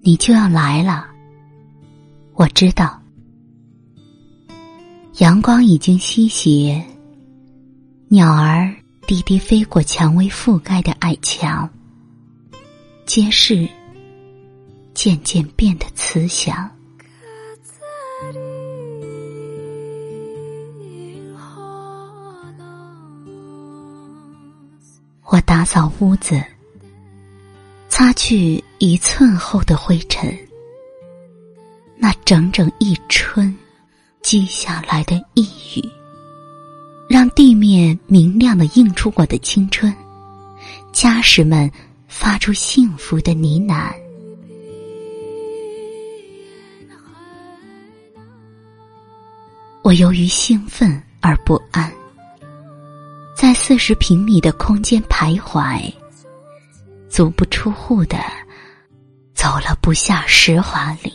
你就要来了。我知道，阳光已经西斜，鸟儿低低飞过蔷薇覆盖的矮墙，街市渐渐变得慈祥。我打扫屋子，擦去1寸厚的灰尘，那整整一春积下来的抑郁，让地面明亮地映出我的青春，家使们发出幸福的呢喃。我由于兴奋而不安，在40平米的空间徘徊，足不出户地走了不下10华里，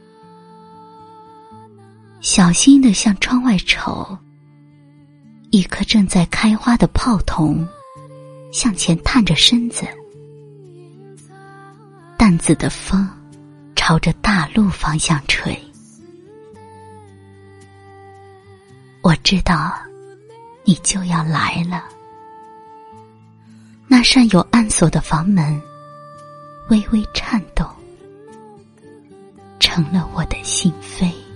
小心地向窗外瞅，一颗正在开花的泡桐向前探着身子，淡紫的风朝着大陆方向吹。我知道你就要来了。那扇有暗锁的房门微微颤动，成了我的心扉。